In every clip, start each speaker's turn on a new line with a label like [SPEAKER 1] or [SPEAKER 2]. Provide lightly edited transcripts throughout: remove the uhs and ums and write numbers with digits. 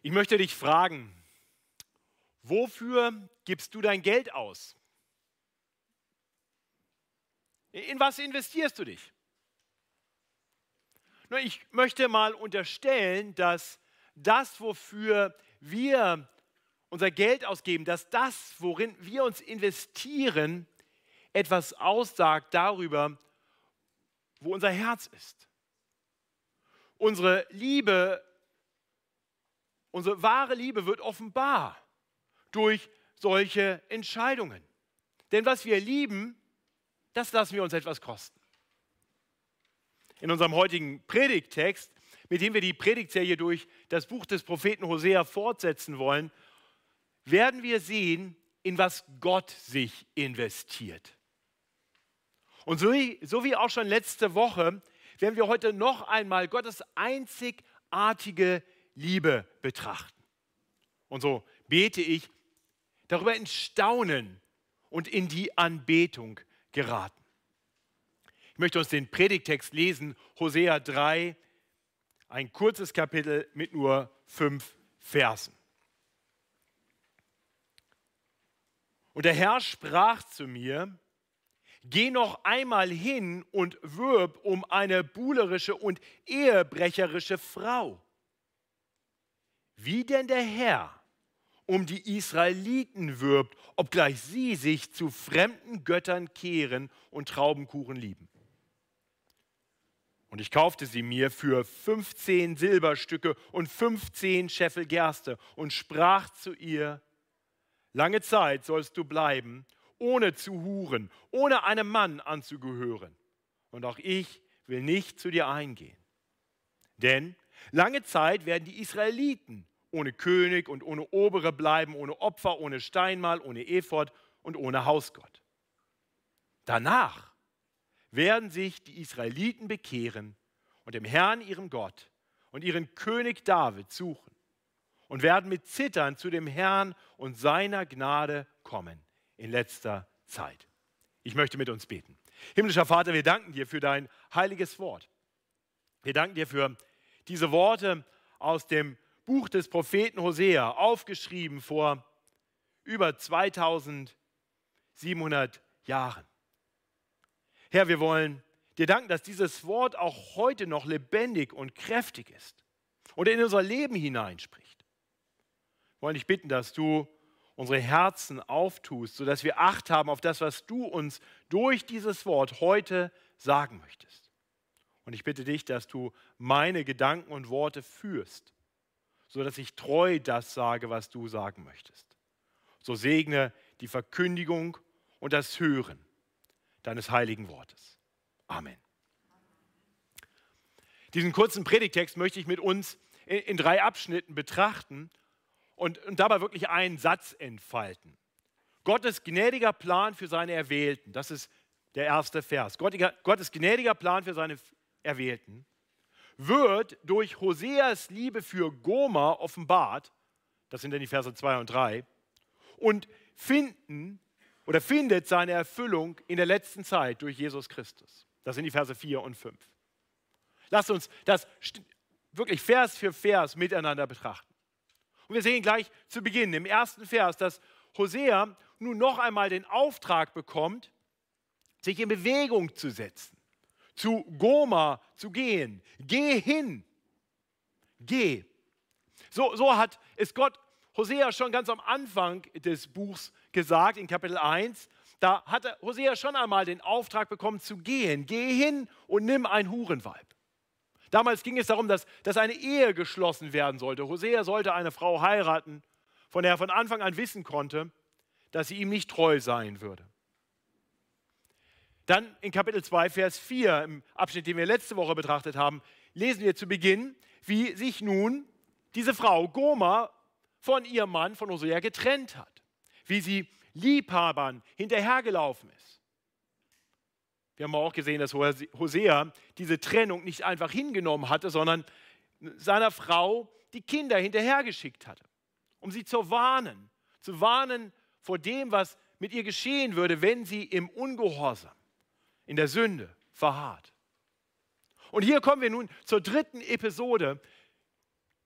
[SPEAKER 1] Ich möchte dich fragen, wofür gibst du dein Geld aus? In was investierst du dich? Nun, ich möchte mal unterstellen, dass das, wofür wir unser Geld ausgeben, dass das, worin wir uns investieren, etwas aussagt darüber, wo unser Herz ist. Unsere Liebe, unsere wahre Liebe wird offenbar durch solche Entscheidungen. Denn was wir lieben, das lassen wir uns etwas kosten. In unserem heutigen Predigttext, mit dem wir die Predigtserie durch das Buch des Propheten Hosea fortsetzen wollen, werden wir sehen, in was Gott sich investiert. Und so wie auch schon letzte Woche, werden wir heute noch einmal Gottes einzigartige Liebe betrachten. Und so bete ich, darüber in Staunen und in die Anbetung geraten. Ich möchte uns den Predigttext lesen, Hosea 3, ein kurzes Kapitel mit nur 5 Versen. Und der Herr sprach zu mir: Geh noch einmal hin und wirb um eine buhlerische und ehebrecherische Frau. Wie denn der Herr um die Israeliten wirbt, obgleich sie sich zu fremden Göttern kehren und Traubenkuchen lieben. Und ich kaufte sie mir für 15 Silberstücke und 15 Scheffel Gerste und sprach zu ihr: Lange Zeit sollst du bleiben, ohne zu huren, ohne einem Mann anzugehören. Und auch ich will nicht zu dir eingehen. Denn lange Zeit werden die Israeliten ohne König und ohne Obere bleiben, ohne Opfer, ohne Steinmal, ohne Ephod und ohne Hausgott. Danach werden sich die Israeliten bekehren und dem Herrn, ihrem Gott, und ihren König David suchen und werden mit Zittern zu dem Herrn und seiner Gnade kommen in letzter Zeit. Ich möchte mit uns beten. Himmlischer Vater, wir danken dir für dein heiliges Wort. Wir danken dir für diese Worte aus dem Buch des Propheten Hosea, aufgeschrieben vor über 2700 Jahren. Herr, wir wollen dir danken, dass dieses Wort auch heute noch lebendig und kräftig ist und in unser Leben hineinspricht. Wir wollen dich bitten, dass du unsere Herzen auftust, sodass wir Acht haben auf das, was du uns durch dieses Wort heute sagen möchtest. Und ich bitte dich, dass du meine Gedanken und Worte führst, sodass ich treu das sage, was du sagen möchtest. So segne die Verkündigung und das Hören deines heiligen Wortes. Amen. Diesen kurzen Predigtext möchte ich mit uns in 3 Abschnitten betrachten und dabei wirklich einen Satz entfalten. Gottes gnädiger Plan für seine Erwählten, das ist der erste Vers. Gottes gnädiger Plan für seine Erwählten wird durch Hoseas Liebe für Gomer offenbart, das sind dann die Verse 2 und 3, und findet seine Erfüllung in der letzten Zeit durch Jesus Christus. Das sind die Verse 4 und 5. Lasst uns das wirklich Vers für Vers miteinander betrachten. Und wir sehen gleich zu Beginn im ersten Vers, dass Hosea nun noch einmal den Auftrag bekommt, sich in Bewegung zu setzen, zu Gomer zu gehen. Geh hin, geh. So hat es Gott Hosea schon ganz am Anfang des Buchs gesagt, in Kapitel 1. Da hatte Hosea schon einmal den Auftrag bekommen zu gehen. Geh hin und nimm ein Hurenweib. Damals ging es darum, dass eine Ehe geschlossen werden sollte. Hosea sollte eine Frau heiraten, von der er von Anfang an wissen konnte, dass sie ihm nicht treu sein würde. Dann in Kapitel 2, Vers 4, im Abschnitt, den wir letzte Woche betrachtet haben, lesen wir zu Beginn, wie sich nun diese Frau Gomer von ihrem Mann, von Hosea, getrennt hat. Wie sie Liebhabern hinterhergelaufen ist. Wir haben auch gesehen, dass Hosea diese Trennung nicht einfach hingenommen hatte, sondern seiner Frau die Kinder hinterhergeschickt hatte, um sie zu warnen vor dem, was mit ihr geschehen würde, wenn sie im Ungehorsam, in der Sünde verharrt. Und hier kommen wir nun zur dritten Episode,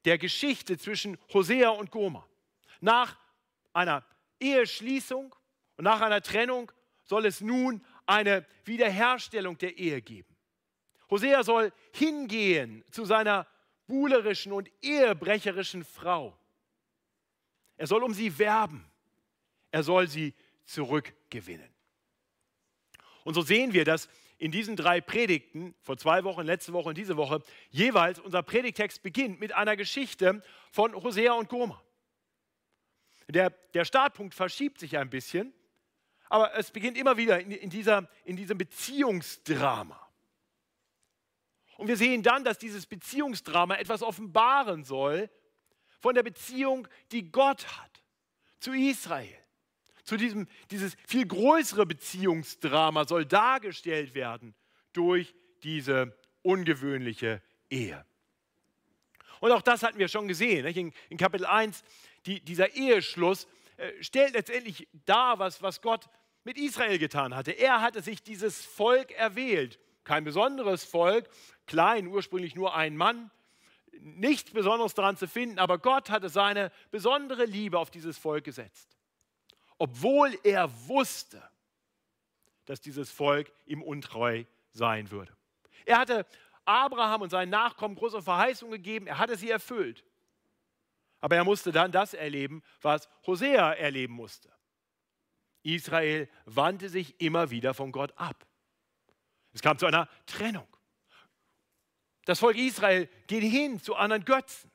[SPEAKER 1] der Geschichte zwischen Hosea und Gomer. Nach einer Eheschließung und nach einer Trennung soll es nun eine Wiederherstellung der Ehe geben. Hosea soll hingehen zu seiner buhlerischen und ehebrecherischen Frau. Er soll um sie werben. Er soll sie zurückgewinnen. Und so sehen wir, dass in diesen 3 Predigten, vor 2 Wochen, letzte Woche und diese Woche, jeweils unser Predigtext beginnt mit einer Geschichte von Hosea und Gomer. Der Startpunkt verschiebt sich ein bisschen, aber es beginnt immer wieder in diesem Beziehungsdrama. Und wir sehen dann, dass dieses Beziehungsdrama etwas offenbaren soll von der Beziehung, die Gott hat zu Israel. Dieses viel größere Beziehungsdrama soll dargestellt werden durch diese ungewöhnliche Ehe. Und auch das hatten wir schon gesehen. In Kapitel 1, dieser Eheschluss stellt letztendlich dar, was Gott mit Israel getan hatte. Er hatte sich dieses Volk erwählt. Kein besonderes Volk, klein, ursprünglich nur ein Mann. Nichts Besonderes daran zu finden, aber Gott hatte seine besondere Liebe auf dieses Volk gesetzt. Obwohl er wusste, dass dieses Volk ihm untreu sein würde. Er hatte Abraham und seinen Nachkommen große Verheißungen gegeben, er hatte sie erfüllt. Aber er musste dann das erleben, was Hosea erleben musste. Israel wandte sich immer wieder von Gott ab. Es kam zu einer Trennung. Das Volk Israel geht hin zu anderen Götzen.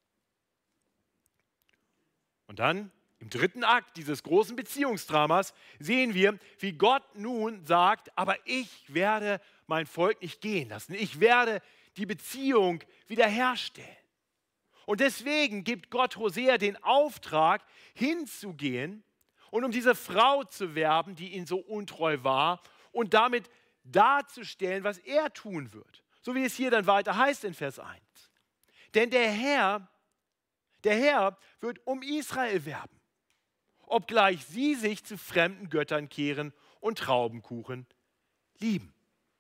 [SPEAKER 1] Und dann im 3. Akt dieses großen Beziehungsdramas sehen wir, wie Gott nun sagt, aber ich werde mein Volk nicht gehen lassen. Ich werde die Beziehung wiederherstellen. Und deswegen gibt Gott Hosea den Auftrag, hinzugehen und um diese Frau zu werben, die ihn so untreu war, und damit darzustellen, was er tun wird. So wie es hier dann weiter heißt in Vers 1. Denn der Herr wird um Israel werben, obgleich sie sich zu fremden Göttern kehren und Traubenkuchen lieben.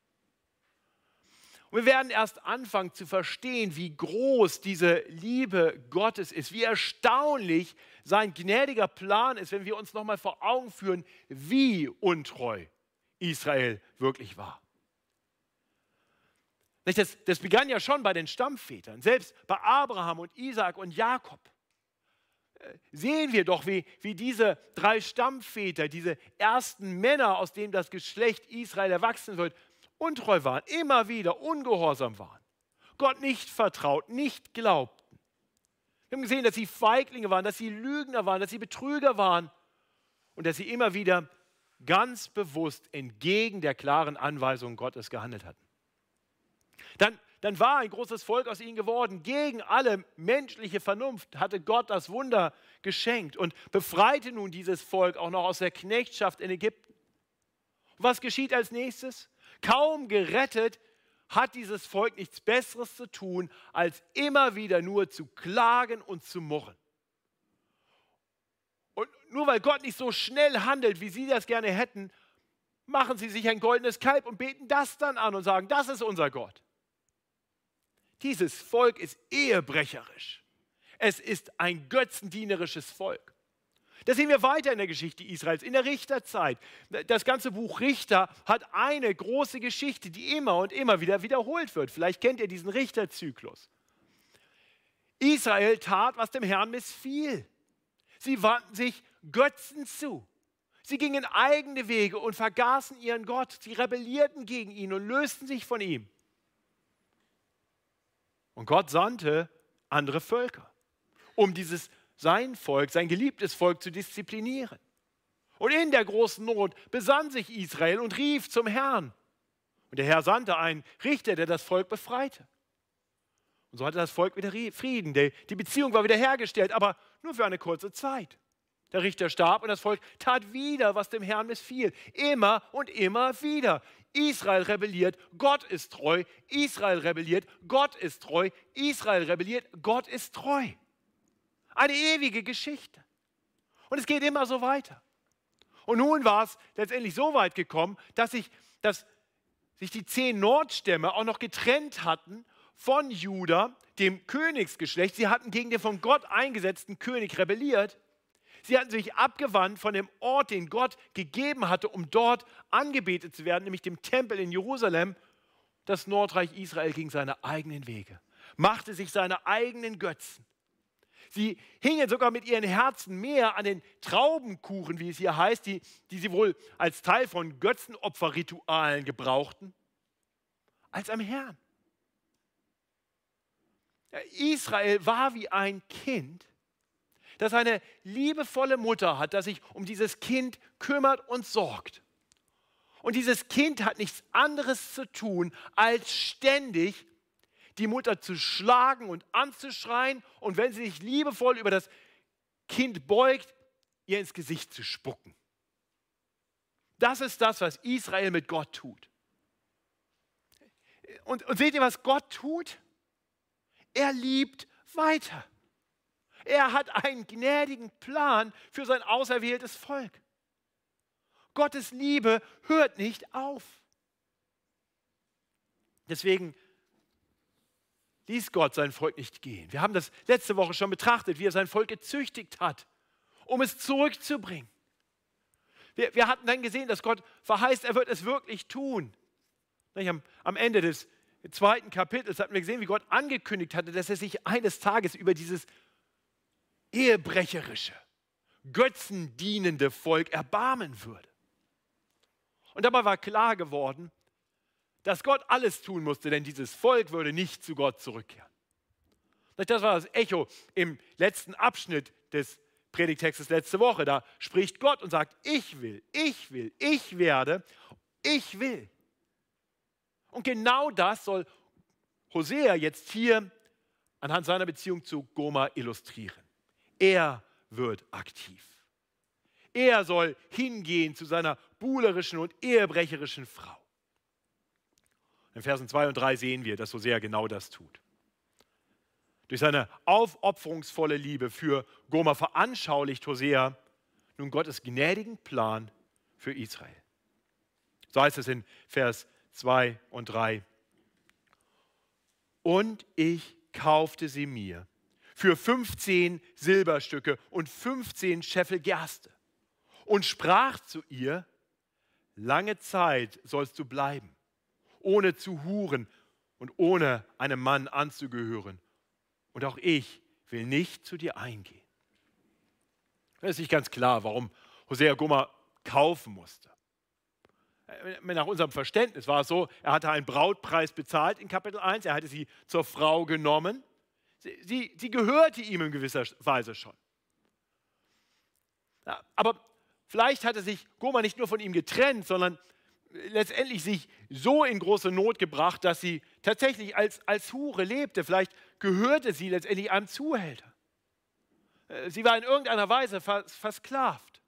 [SPEAKER 1] Und wir werden erst anfangen zu verstehen, wie groß diese Liebe Gottes ist, wie erstaunlich sein gnädiger Plan ist, wenn wir uns nochmal vor Augen führen, wie untreu Israel wirklich war. Das begann ja schon bei den Stammvätern, selbst bei Abraham und Isaak und Jakob. Sehen wir doch, wie diese 3 Stammväter, diese ersten Männer, aus denen das Geschlecht Israel erwachsen wird, untreu waren, immer wieder ungehorsam waren, Gott nicht vertraut, nicht glaubten. Wir haben gesehen, dass sie Feiglinge waren, dass sie Lügner waren, dass sie Betrüger waren und dass sie immer wieder ganz bewusst entgegen der klaren Anweisung Gottes gehandelt hatten. Dann war ein großes Volk aus ihnen geworden. Gegen alle menschliche Vernunft hatte Gott das Wunder geschenkt und befreite nun dieses Volk auch noch aus der Knechtschaft in Ägypten. Und was geschieht als nächstes? Kaum gerettet hat dieses Volk nichts Besseres zu tun, als immer wieder nur zu klagen und zu murren. Und nur weil Gott nicht so schnell handelt, wie sie das gerne hätten, machen sie sich ein goldenes Kalb und beten das dann an und sagen, das ist unser Gott. Dieses Volk ist ehebrecherisch. Es ist ein götzendienerisches Volk. Das sehen wir weiter in der Geschichte Israels, in der Richterzeit. Das ganze Buch Richter hat eine große Geschichte, die immer und immer wieder wiederholt wird. Vielleicht kennt ihr diesen Richterzyklus. Israel tat, was dem Herrn missfiel. Sie wandten sich Götzen zu. Sie gingen eigene Wege und vergaßen ihren Gott. Sie rebellierten gegen ihn und lösten sich von ihm. Und Gott sandte andere Völker, um sein Volk, sein geliebtes Volk zu disziplinieren. Und in der großen Not besann sich Israel und rief zum Herrn. Und der Herr sandte einen Richter, der das Volk befreite. Und so hatte das Volk wieder Frieden. Die Beziehung war wiederhergestellt, aber nur für eine kurze Zeit. Der Richter starb und das Volk tat wieder, was dem Herrn missfiel. Immer und immer wieder. Israel rebelliert, Gott ist treu. Israel rebelliert, Gott ist treu. Israel rebelliert, Gott ist treu. Eine ewige Geschichte. Und es geht immer so weiter. Und nun war es letztendlich so weit gekommen, dass sich die 10 Nordstämme auch noch getrennt hatten von Juda, dem Königsgeschlecht. Sie hatten gegen den von Gott eingesetzten König rebelliert. Sie hatten sich abgewandt von dem Ort, den Gott gegeben hatte, um dort angebetet zu werden, nämlich dem Tempel in Jerusalem. Das Nordreich Israel ging seine eigenen Wege, machte sich seine eigenen Götzen. Sie hingen sogar mit ihren Herzen mehr an den Traubenkuchen, wie es hier heißt, die sie wohl als Teil von Götzenopferritualen gebrauchten, als am Herrn. Israel war wie ein Kind, das eine liebevolle Mutter hat, das sich um dieses Kind kümmert und sorgt. Und dieses Kind hat nichts anderes zu tun, als ständig die Mutter zu schlagen und anzuschreien und wenn sie sich liebevoll über das Kind beugt, ihr ins Gesicht zu spucken. Das ist das, was Israel mit Gott tut. Und seht ihr, was Gott tut? Er liebt weiter. Er hat einen gnädigen Plan für sein auserwähltes Volk. Gottes Liebe hört nicht auf. Deswegen ließ Gott sein Volk nicht gehen. Wir haben das letzte Woche schon betrachtet, wie er sein Volk gezüchtigt hat, um es zurückzubringen. Wir hatten dann gesehen, dass Gott verheißt, er wird es wirklich tun. Am Ende des 2. Kapitels hatten wir gesehen, wie Gott angekündigt hatte, dass er sich eines Tages über dieses ehebrecherische, götzendienende Volk erbarmen würde. Und dabei war klar geworden, dass Gott alles tun musste, denn dieses Volk würde nicht zu Gott zurückkehren. Das war das Echo im letzten Abschnitt des Predigtextes letzte Woche. Da spricht Gott und sagt, ich will, ich werde, ich will. Und genau das soll Hosea jetzt hier anhand seiner Beziehung zu Gomer illustrieren. Er wird aktiv. Er soll hingehen zu seiner buhlerischen und ehebrecherischen Frau. In Versen 2 und 3 sehen wir, dass Hosea genau das tut. Durch seine aufopferungsvolle Liebe für Gomer veranschaulicht Hosea nun Gottes gnädigen Plan für Israel. So heißt es in Vers 2 und 3. Und ich kaufte sie mir für 15 Silberstücke und 15 Scheffel Gerste und sprach zu ihr, lange Zeit sollst du bleiben, ohne zu huren und ohne einem Mann anzugehören. Und auch ich will nicht zu dir eingehen. Es ist nicht ganz klar, warum Hosea Gomer kaufen musste. Nach unserem Verständnis war es so, er hatte einen Brautpreis bezahlt in Kapitel 1, er hatte sie zur Frau genommen. Sie gehörte ihm in gewisser Weise schon. Ja, aber vielleicht hatte sich Gomer nicht nur von ihm getrennt, sondern letztendlich sich so in große Not gebracht, dass sie tatsächlich als Hure lebte. Vielleicht gehörte sie letztendlich einem Zuhälter. Sie war in irgendeiner Weise versklavt.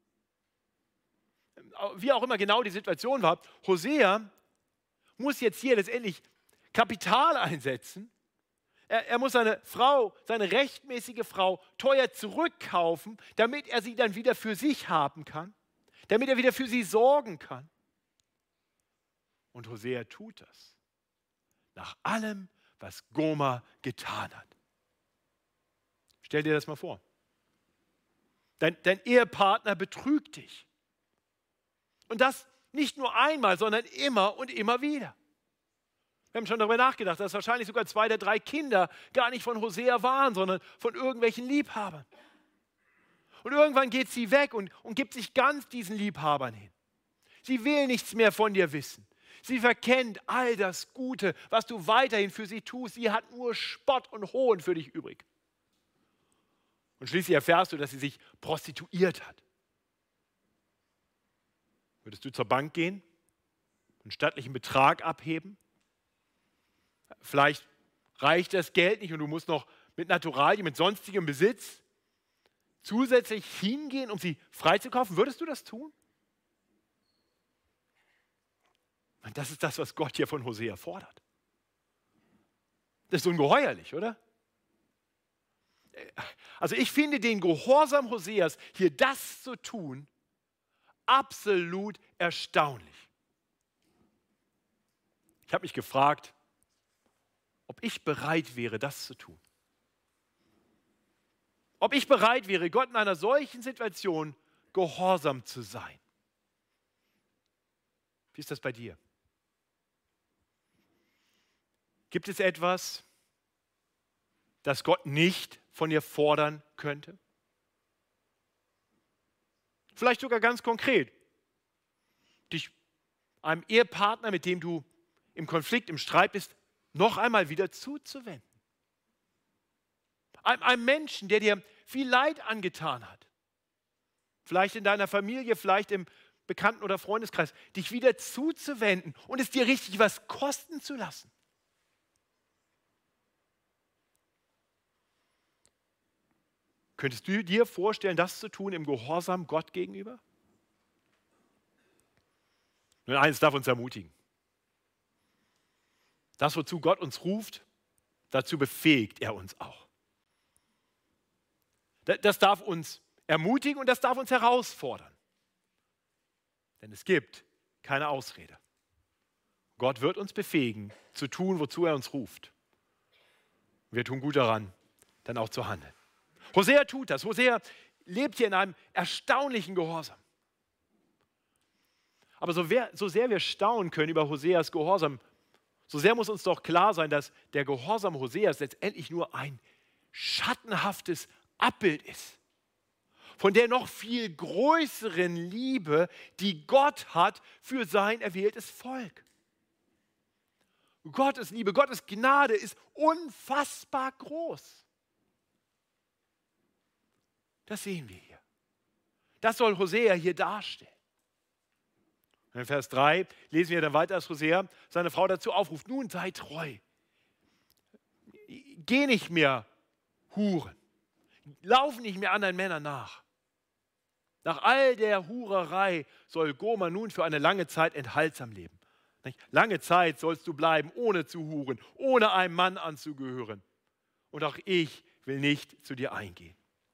[SPEAKER 1] Wie auch immer genau die Situation war, Hosea muss jetzt hier letztendlich Kapital einsetzen. Er muss seine Frau, seine rechtmäßige Frau, teuer zurückkaufen, damit er sie dann wieder für sich haben kann, damit er wieder für sie sorgen kann. Und Hosea tut das nach allem, was Gomer getan hat. Stell dir das mal vor. Dein Ehepartner betrügt dich. Und das nicht nur einmal, sondern immer und immer wieder. Wir haben schon darüber nachgedacht, dass wahrscheinlich sogar 2 der 3 Kinder gar nicht von Hosea waren, sondern von irgendwelchen Liebhabern. Und irgendwann geht sie weg und gibt sich ganz diesen Liebhabern hin. Sie will nichts mehr von dir wissen. Sie verkennt all das Gute, was du weiterhin für sie tust. Sie hat nur Spott und Hohn für dich übrig. Und schließlich erfährst du, dass sie sich prostituiert hat. Würdest du zur Bank gehen, einen stattlichen Betrag abheben? Vielleicht reicht das Geld nicht und du musst noch mit Naturalien, mit sonstigem Besitz zusätzlich hingehen, um sie freizukaufen. Würdest du das tun? Und das ist das, was Gott hier von Hosea fordert. Das ist ungeheuerlich, oder? Also ich finde den Gehorsam Hoseas, hier das zu tun, absolut erstaunlich. Ich habe mich gefragt, ob ich bereit wäre, das zu tun. Ob ich bereit wäre, Gott in einer solchen Situation gehorsam zu sein. Wie ist das bei dir? Gibt es etwas, das Gott nicht von dir fordern könnte? Vielleicht sogar ganz konkret. Dich einem Ehepartner, mit dem du im Konflikt, im Streit bist, noch einmal wieder zuzuwenden. Einem Menschen, der dir viel Leid angetan hat. Vielleicht in deiner Familie, vielleicht im Bekannten- oder Freundeskreis. Dich wieder zuzuwenden und es dir richtig was kosten zu lassen. Könntest du dir vorstellen, das zu tun im Gehorsam Gott gegenüber? Nun, eines darf uns ermutigen. Das, wozu Gott uns ruft, dazu befähigt er uns auch. Das darf uns ermutigen und das darf uns herausfordern. Denn es gibt keine Ausrede. Gott wird uns befähigen, zu tun, wozu er uns ruft. Wir tun gut daran, dann auch zu handeln. Hosea tut das. Hosea lebt hier in einem erstaunlichen Gehorsam. Aber so sehr wir staunen können über Hoseas Gehorsam, so sehr muss uns doch klar sein, dass der Gehorsam Hoseas letztendlich nur ein schattenhaftes Abbild ist von der noch viel größeren Liebe, die Gott hat für sein erwähltes Volk. Gottes Liebe, Gottes Gnade ist unfassbar groß. Das sehen wir hier. Das soll Hosea hier darstellen. In Vers 3 lesen wir dann weiter, dass Hosea seine Frau dazu aufruft: Nun sei treu. Geh nicht mehr huren. Lauf nicht mehr anderen Männern nach. Nach all der Hurerei soll Gomer nun für eine lange Zeit enthaltsam leben. Lange Zeit sollst du bleiben, ohne zu huren, ohne einem Mann anzugehören. Und auch ich will nicht zu dir eingehen.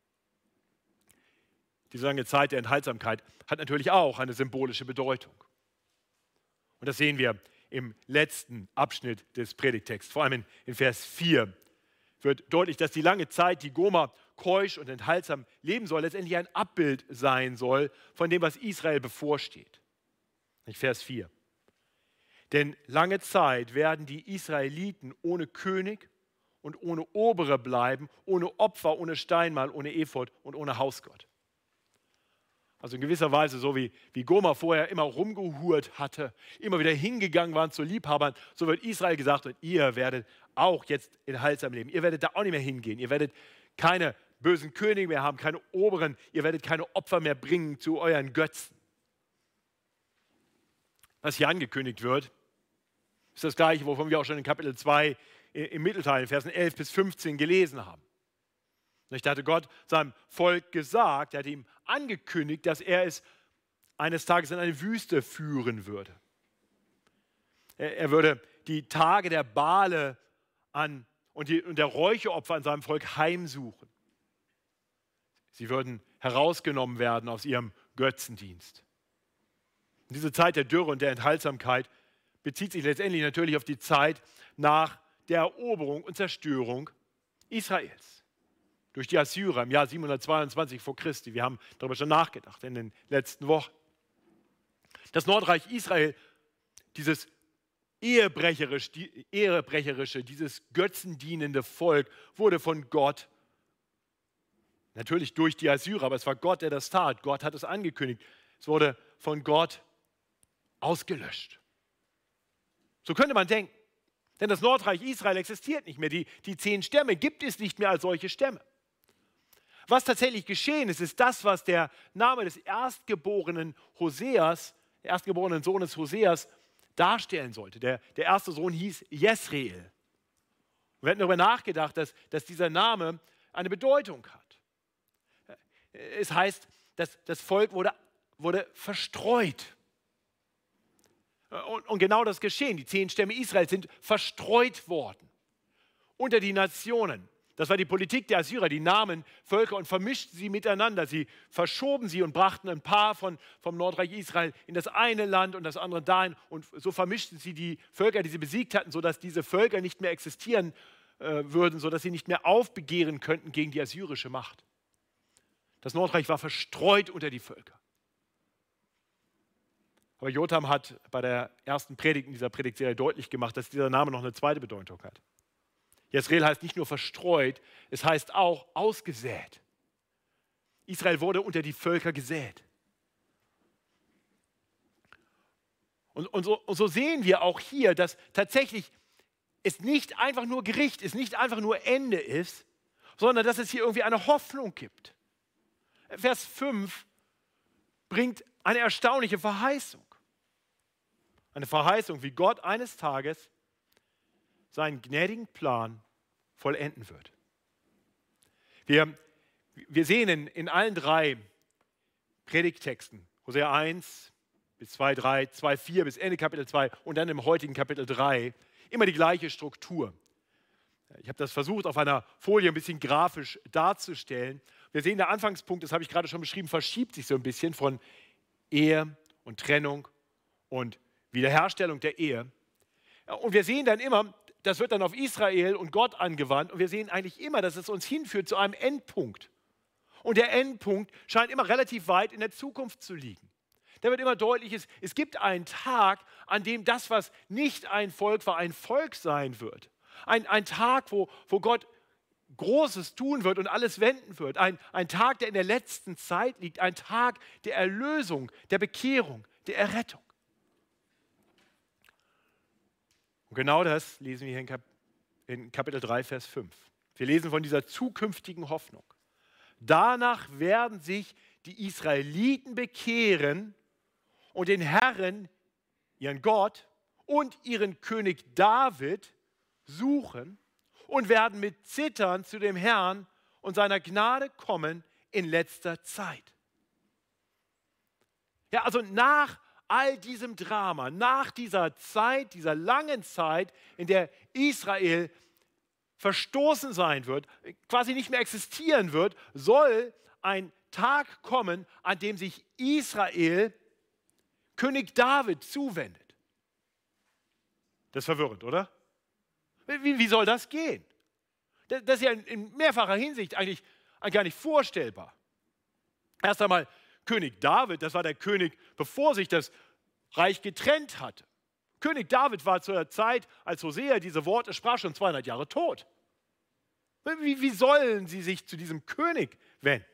[SPEAKER 1] Diese lange Zeit der Enthaltsamkeit hat natürlich auch eine symbolische Bedeutung. Und das sehen wir im letzten Abschnitt des Predigtexts. Vor allem in Vers 4 wird deutlich, dass die lange Zeit, die Gomer keusch und enthaltsam leben soll, letztendlich ein Abbild sein soll von dem, was Israel bevorsteht. Vers 4. Denn lange Zeit werden die Israeliten ohne König und ohne Obere bleiben, ohne Opfer, ohne Steinmal, ohne Ephod und ohne Hausgott. Also in gewisser Weise, so wie Gomer vorher immer rumgehurt hatte, immer wieder hingegangen waren zu Liebhabern, so wird Israel gesagt, und ihr werdet auch jetzt enthaltsam leben. Ihr werdet da auch nicht mehr hingehen. Ihr werdet keine bösen Könige mehr haben, keine Oberen. Ihr werdet keine Opfer mehr bringen zu euren Götzen. Was hier angekündigt wird, ist das Gleiche, wovon wir auch schon in Kapitel 2 im Mittelteil, in Versen 11 bis 15 gelesen haben. Da hatte Gott seinem Volk gesagt, er hat ihm angekündigt, dass er es eines Tages in eine Wüste führen würde. Er würde die Tage der Bale und der Räucheropfer an seinem Volk heimsuchen. Sie würden herausgenommen werden aus ihrem Götzendienst. Und diese Zeit der Dürre und der Enthaltsamkeit bezieht sich letztendlich natürlich auf die Zeit nach der Eroberung und Zerstörung Israels durch die Assyrer im Jahr 722 vor Christi. Wir haben darüber schon nachgedacht in den letzten Wochen. Das Nordreich Israel, dieses ehebrecherische, dieses götzendienende Volk, wurde von Gott, natürlich durch die Assyrer, aber es war Gott, der das tat. Gott hat es angekündigt. Es wurde von Gott ausgelöscht. So könnte man denken. Denn das Nordreich Israel existiert nicht mehr. Die 10 Stämme gibt es nicht mehr als solche Stämme. Was tatsächlich geschehen ist, ist das, was der Name des erstgeborenen Hoseas, der erstgeborenen Sohnes Hoseas, darstellen sollte. Der erste Sohn hieß Jesreel. Wir hatten darüber nachgedacht, dass dieser Name eine Bedeutung hat. Es heißt, dass das Volk wurde verstreut. Und genau das geschehen. Die 10 Stämme Israels sind verstreut worden unter die Nationen. Das war die Politik der Assyrer, die nahmen Völker und vermischten sie miteinander. Sie verschoben sie und brachten ein paar vom Nordreich Israel in das eine Land und das andere dahin. Und so vermischten sie die Völker, die sie besiegt hatten, sodass diese Völker nicht mehr existieren würden, sodass sie nicht mehr aufbegehren könnten gegen die assyrische Macht. Das Nordreich war verstreut unter die Völker. Aber Jotham hat bei der ersten Predigt in dieser Predigtserie deutlich gemacht, dass dieser Name noch eine zweite Bedeutung hat. Jezreel heißt nicht nur verstreut, es heißt auch ausgesät. Israel wurde unter die Völker gesät. Und so sehen wir auch hier, dass tatsächlich es nicht einfach nur Gericht ist, nicht einfach nur Ende ist, sondern dass es hier irgendwie eine Hoffnung gibt. Vers 5 bringt eine erstaunliche Verheißung. Eine Verheißung, wie Gott eines Tages seinen gnädigen Plan vollenden wird. Wir sehen in allen drei Predigttexten, Hosea 1 bis 2,3, 2,4 bis Ende Kapitel 2 und dann im heutigen Kapitel 3, immer die gleiche Struktur. Ich habe das versucht, auf einer Folie ein bisschen grafisch darzustellen. Wir sehen, der Anfangspunkt, das habe ich gerade schon beschrieben, verschiebt sich so ein bisschen von Ehe und Trennung und Wiederherstellung der Ehe. Und wir sehen dann immer, das wird dann auf Israel und Gott angewandt und wir sehen eigentlich immer, dass es uns hinführt zu einem Endpunkt. Und der Endpunkt scheint immer relativ weit in der Zukunft zu liegen. Da wird immer deutlich, es gibt einen Tag, an dem das, was nicht ein Volk war, ein Volk sein wird. Ein Tag, wo Gott Großes tun wird und alles wenden wird. Ein Tag, der in der letzten Zeit liegt. Ein Tag der Erlösung, der Bekehrung, der Errettung. Und genau das lesen wir hier in Kapitel 3, Vers 5. Wir lesen von dieser zukünftigen Hoffnung. Danach werden sich die Israeliten bekehren und den Herrn, ihren Gott und ihren König David suchen und werden mit Zittern zu dem Herrn und seiner Gnade kommen in letzter Zeit. Ja, also nach all diesem Drama, nach dieser Zeit, dieser langen Zeit, in der Israel verstoßen sein wird, quasi nicht mehr existieren wird, soll ein Tag kommen, an dem sich Israel König David zuwendet. Das ist verwirrend, oder? Wie soll das gehen? Das ist ja in mehrfacher Hinsicht eigentlich gar nicht vorstellbar. Erst einmal, König David, das war der König, bevor sich das Reich getrennt hatte. König David war zur Zeit, als Hosea diese Worte sprach, schon 200 Jahre tot. Wie sollen sie sich zu diesem König wenden?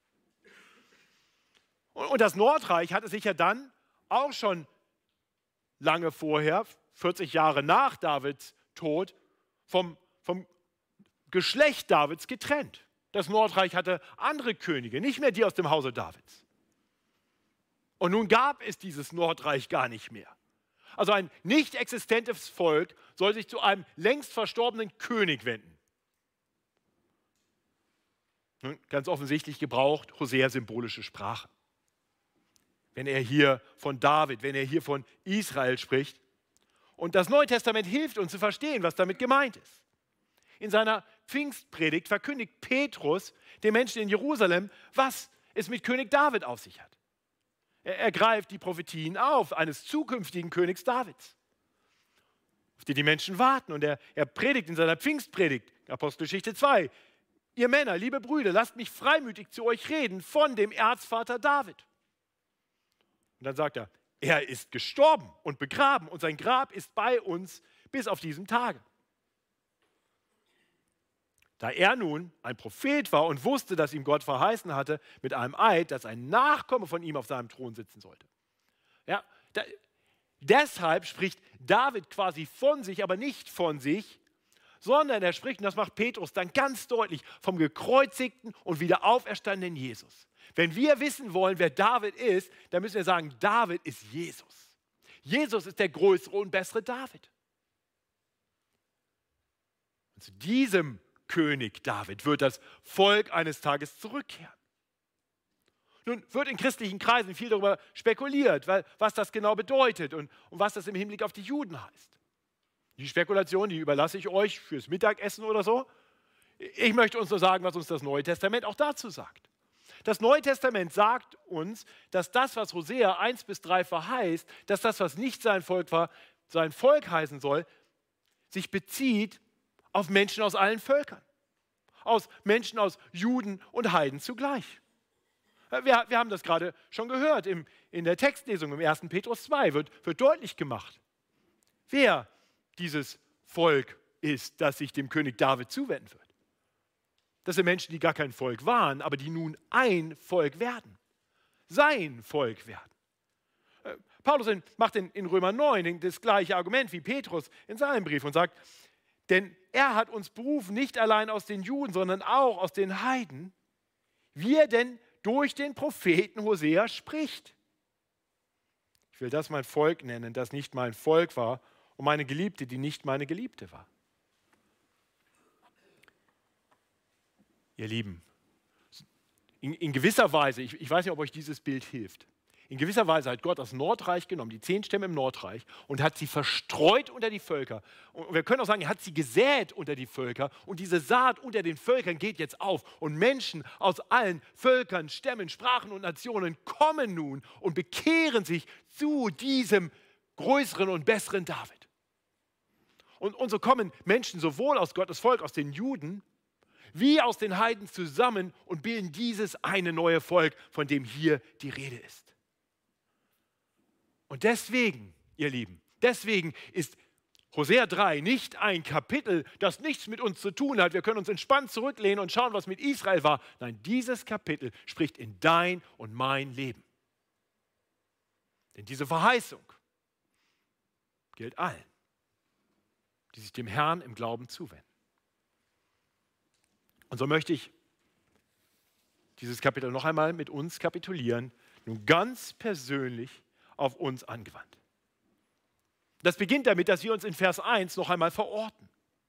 [SPEAKER 1] Und das Nordreich hatte sich ja dann auch schon lange vorher, 40 Jahre nach Davids Tod, vom Geschlecht Davids getrennt. Das Nordreich hatte andere Könige, nicht mehr die aus dem Hause Davids. Und nun gab es dieses Nordreich gar nicht mehr. Also ein nicht existentes Volk soll sich zu einem längst verstorbenen König wenden. Nun, ganz offensichtlich gebraucht Hosea symbolische Sprache. Wenn er hier von David, wenn er hier von Israel spricht. Und das Neue Testament hilft uns zu verstehen, was damit gemeint ist. In seiner Pfingstpredigt verkündigt Petrus den Menschen in Jerusalem, was es mit König David auf sich hat. Er greift die Prophetien auf eines zukünftigen Königs Davids, auf die die Menschen warten. Und er predigt in seiner Pfingstpredigt, Apostelgeschichte 2, ihr Männer, liebe Brüder, lasst mich freimütig zu euch reden von dem Erzvater David. Und dann sagt er ist gestorben und begraben und sein Grab ist bei uns bis auf diesen Tage. Da er nun ein Prophet war und wusste, dass ihm Gott verheißen hatte mit einem Eid, dass ein Nachkomme von ihm auf seinem Thron sitzen sollte. Ja, deshalb spricht David quasi von sich, aber nicht von sich, sondern er spricht, und das macht Petrus dann ganz deutlich, vom gekreuzigten und wieder auferstandenen Jesus. Wenn wir wissen wollen, wer David ist, dann müssen wir sagen, David ist Jesus. Jesus ist der größere und bessere David. Und zu diesem König David wird das Volk eines Tages zurückkehren. Nun wird in christlichen Kreisen viel darüber spekuliert, was das genau bedeutet und was das im Hinblick auf die Juden heißt. Die Spekulation, die überlasse ich euch fürs Mittagessen oder so. Ich möchte uns nur sagen, was uns das Neue Testament auch dazu sagt. Das Neue Testament sagt uns, dass das, was Hosea 1-3 verheißt, dass das, was nicht sein Volk war, sein Volk heißen soll, sich bezieht auf Menschen aus allen Völkern. Aus Menschen aus Juden und Heiden zugleich. Wir haben das gerade schon gehört in der Textlesung im 1. Petrus 2 wird deutlich gemacht, wer dieses Volk ist, das sich dem König David zuwenden wird. Das sind Menschen, die gar kein Volk waren, aber die nun ein Volk werden. Sein Volk werden. Paulus macht in Römer 9 das gleiche Argument wie Petrus in seinem Brief und sagt, denn er hat uns berufen, nicht allein aus den Juden, sondern auch aus den Heiden, wie er denn durch den Propheten Hosea spricht. Ich will das mein Volk nennen, das nicht mein Volk war, und meine Geliebte, die nicht meine Geliebte war. Ihr Lieben, in gewisser Weise, ich weiß nicht, ob euch dieses Bild hilft, in gewisser Weise hat Gott das Nordreich genommen, die 10 Stämme im Nordreich, und hat sie verstreut unter die Völker. Und wir können auch sagen, er hat sie gesät unter die Völker, und diese Saat unter den Völkern geht jetzt auf. Und Menschen aus allen Völkern, Stämmen, Sprachen und Nationen kommen nun und bekehren sich zu diesem größeren und besseren David. Und so kommen Menschen sowohl aus Gottes Volk, aus den Juden, wie aus den Heiden zusammen und bilden dieses eine neue Volk, von dem hier die Rede ist. Und deswegen, ihr Lieben, deswegen ist Hosea 3 nicht ein Kapitel, das nichts mit uns zu tun hat. Wir können uns entspannt zurücklehnen und schauen, was mit Israel war. Nein, dieses Kapitel spricht in dein und mein Leben. Denn diese Verheißung gilt allen, die sich dem Herrn im Glauben zuwenden. Und so möchte ich dieses Kapitel noch einmal mit uns kapitulieren, nun ganz persönlich auf uns angewandt. Das beginnt damit, dass wir uns in Vers 1 noch einmal verorten.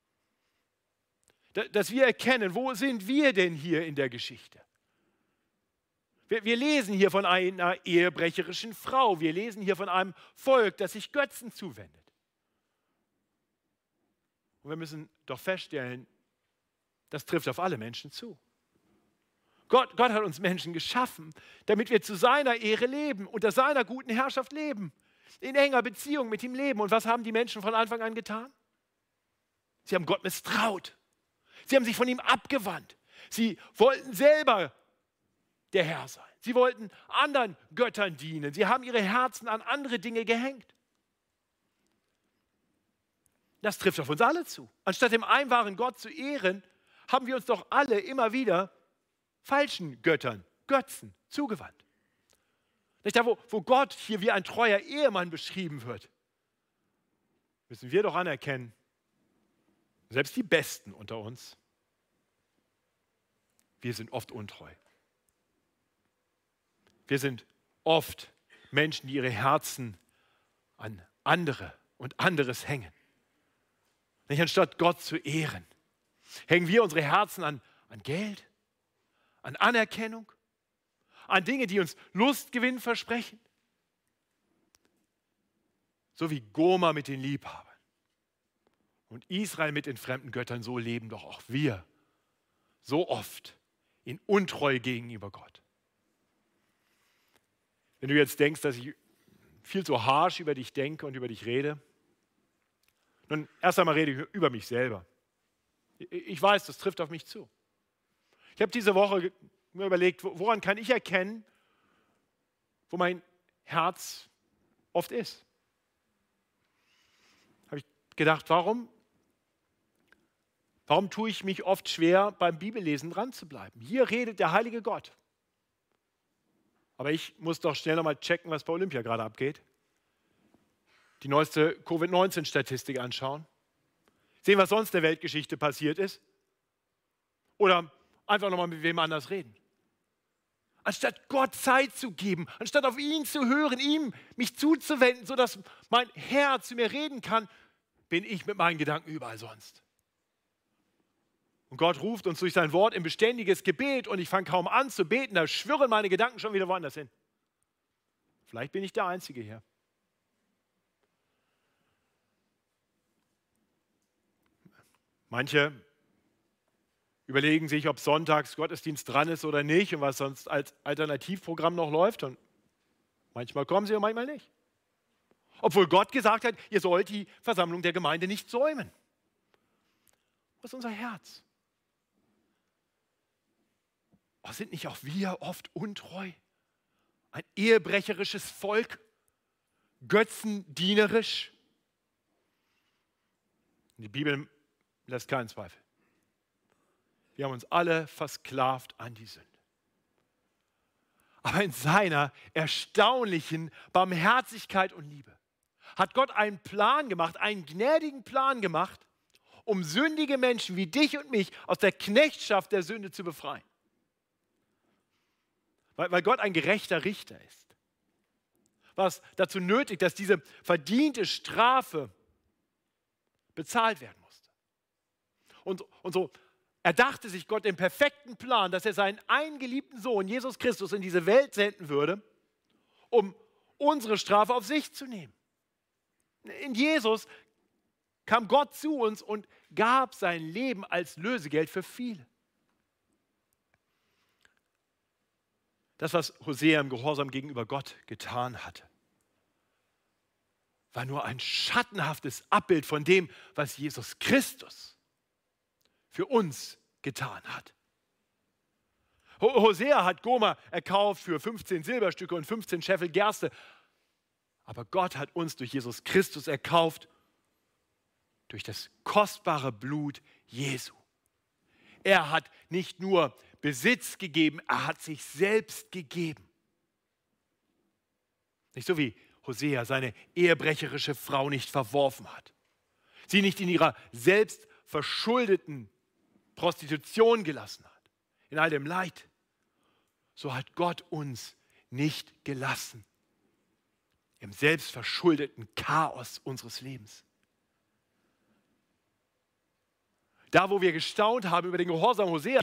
[SPEAKER 1] Dass wir erkennen, wo sind wir denn hier in der Geschichte? Wir lesen hier von einer ehebrecherischen Frau. Wir lesen hier von einem Volk, das sich Götzen zuwendet. Und wir müssen doch feststellen, das trifft auf alle Menschen zu. Gott hat uns Menschen geschaffen, damit wir zu seiner Ehre leben, unter seiner guten Herrschaft leben, in enger Beziehung mit ihm leben. Und was haben die Menschen von Anfang an getan? Sie haben Gott misstraut. Sie haben sich von ihm abgewandt. Sie wollten selber der Herr sein. Sie wollten anderen Göttern dienen. Sie haben ihre Herzen an andere Dinge gehängt. Das trifft auf uns alle zu. Anstatt dem einen wahren Gott zu ehren, haben wir uns doch alle immer wieder falschen Göttern, Götzen zugewandt. Nicht da, wo Gott hier wie ein treuer Ehemann beschrieben wird, müssen wir doch anerkennen, selbst die Besten unter uns, wir sind oft untreu. Wir sind oft Menschen, die ihre Herzen an andere und anderes hängen. Nicht anstatt Gott zu ehren, hängen wir unsere Herzen an Geld, an Anerkennung, an Dinge, die uns Lustgewinn versprechen. So wie Gomer mit den Liebhabern und Israel mit den fremden Göttern, so leben doch auch wir so oft in Untreue gegenüber Gott. Wenn du jetzt denkst, dass ich viel zu harsch über dich denke und über dich rede, nun, erst einmal rede ich über mich selber. Ich weiß, das trifft auf mich zu. Ich habe diese Woche mir überlegt, woran kann ich erkennen, wo mein Herz oft ist. Habe ich gedacht, warum tue ich mich oft schwer, beim Bibellesen dran zu bleiben? Hier redet der heilige Gott. Aber ich muss doch schnell nochmal checken, was bei Olympia gerade abgeht. Die neueste Covid-19-Statistik anschauen. Sehen, was sonst in der Weltgeschichte passiert ist. Oder einfach nochmal mit wem anders reden. Anstatt Gott Zeit zu geben, anstatt auf ihn zu hören, ihm mich zuzuwenden, sodass mein Herr zu mir reden kann, bin ich mit meinen Gedanken überall sonst. Und Gott ruft uns durch sein Wort in beständiges Gebet und ich fange kaum an zu beten, da schwirren meine Gedanken schon wieder woanders hin. Vielleicht bin ich der Einzige hier. Manche überlegen sich, ob sonntags Gottesdienst dran ist oder nicht und was sonst als Alternativprogramm noch läuft. Und manchmal kommen sie und manchmal nicht. Obwohl Gott gesagt hat, ihr sollt die Versammlung der Gemeinde nicht säumen. Wo ist unser Herz? Oh, sind nicht auch wir oft untreu? Ein ehebrecherisches Volk, götzendienerisch? Die Bibel lässt keinen Zweifel. Wir haben uns alle versklavt an die Sünde. Aber in seiner erstaunlichen Barmherzigkeit und Liebe hat Gott einen Plan gemacht, einen gnädigen Plan gemacht, um sündige Menschen wie dich und mich aus der Knechtschaft der Sünde zu befreien. Weil Gott ein gerechter Richter ist. Was dazu nötig, dass diese verdiente Strafe bezahlt werden musste. Und so erdachte sich Gott den perfekten Plan, dass er seinen eingeliebten Sohn, Jesus Christus, in diese Welt senden würde, um unsere Strafe auf sich zu nehmen. In Jesus kam Gott zu uns und gab sein Leben als Lösegeld für viele. Das, was Hosea im Gehorsam gegenüber Gott getan hatte, war nur ein schattenhaftes Abbild von dem, was Jesus Christus für uns getan hat. Hosea hat Gomer erkauft für 15 Silberstücke und 15 Scheffel Gerste. Aber Gott hat uns durch Jesus Christus erkauft, durch das kostbare Blut Jesu. Er hat nicht nur Besitz gegeben, er hat sich selbst gegeben. Nicht so wie Hosea seine ehebrecherische Frau nicht verworfen hat, sie nicht in ihrer selbst verschuldeten Prostitution gelassen hat, in all dem Leid. So hat Gott uns nicht gelassen im selbstverschuldeten Chaos unseres Lebens. Da, wo wir gestaunt haben über den Gehorsam Hoseas,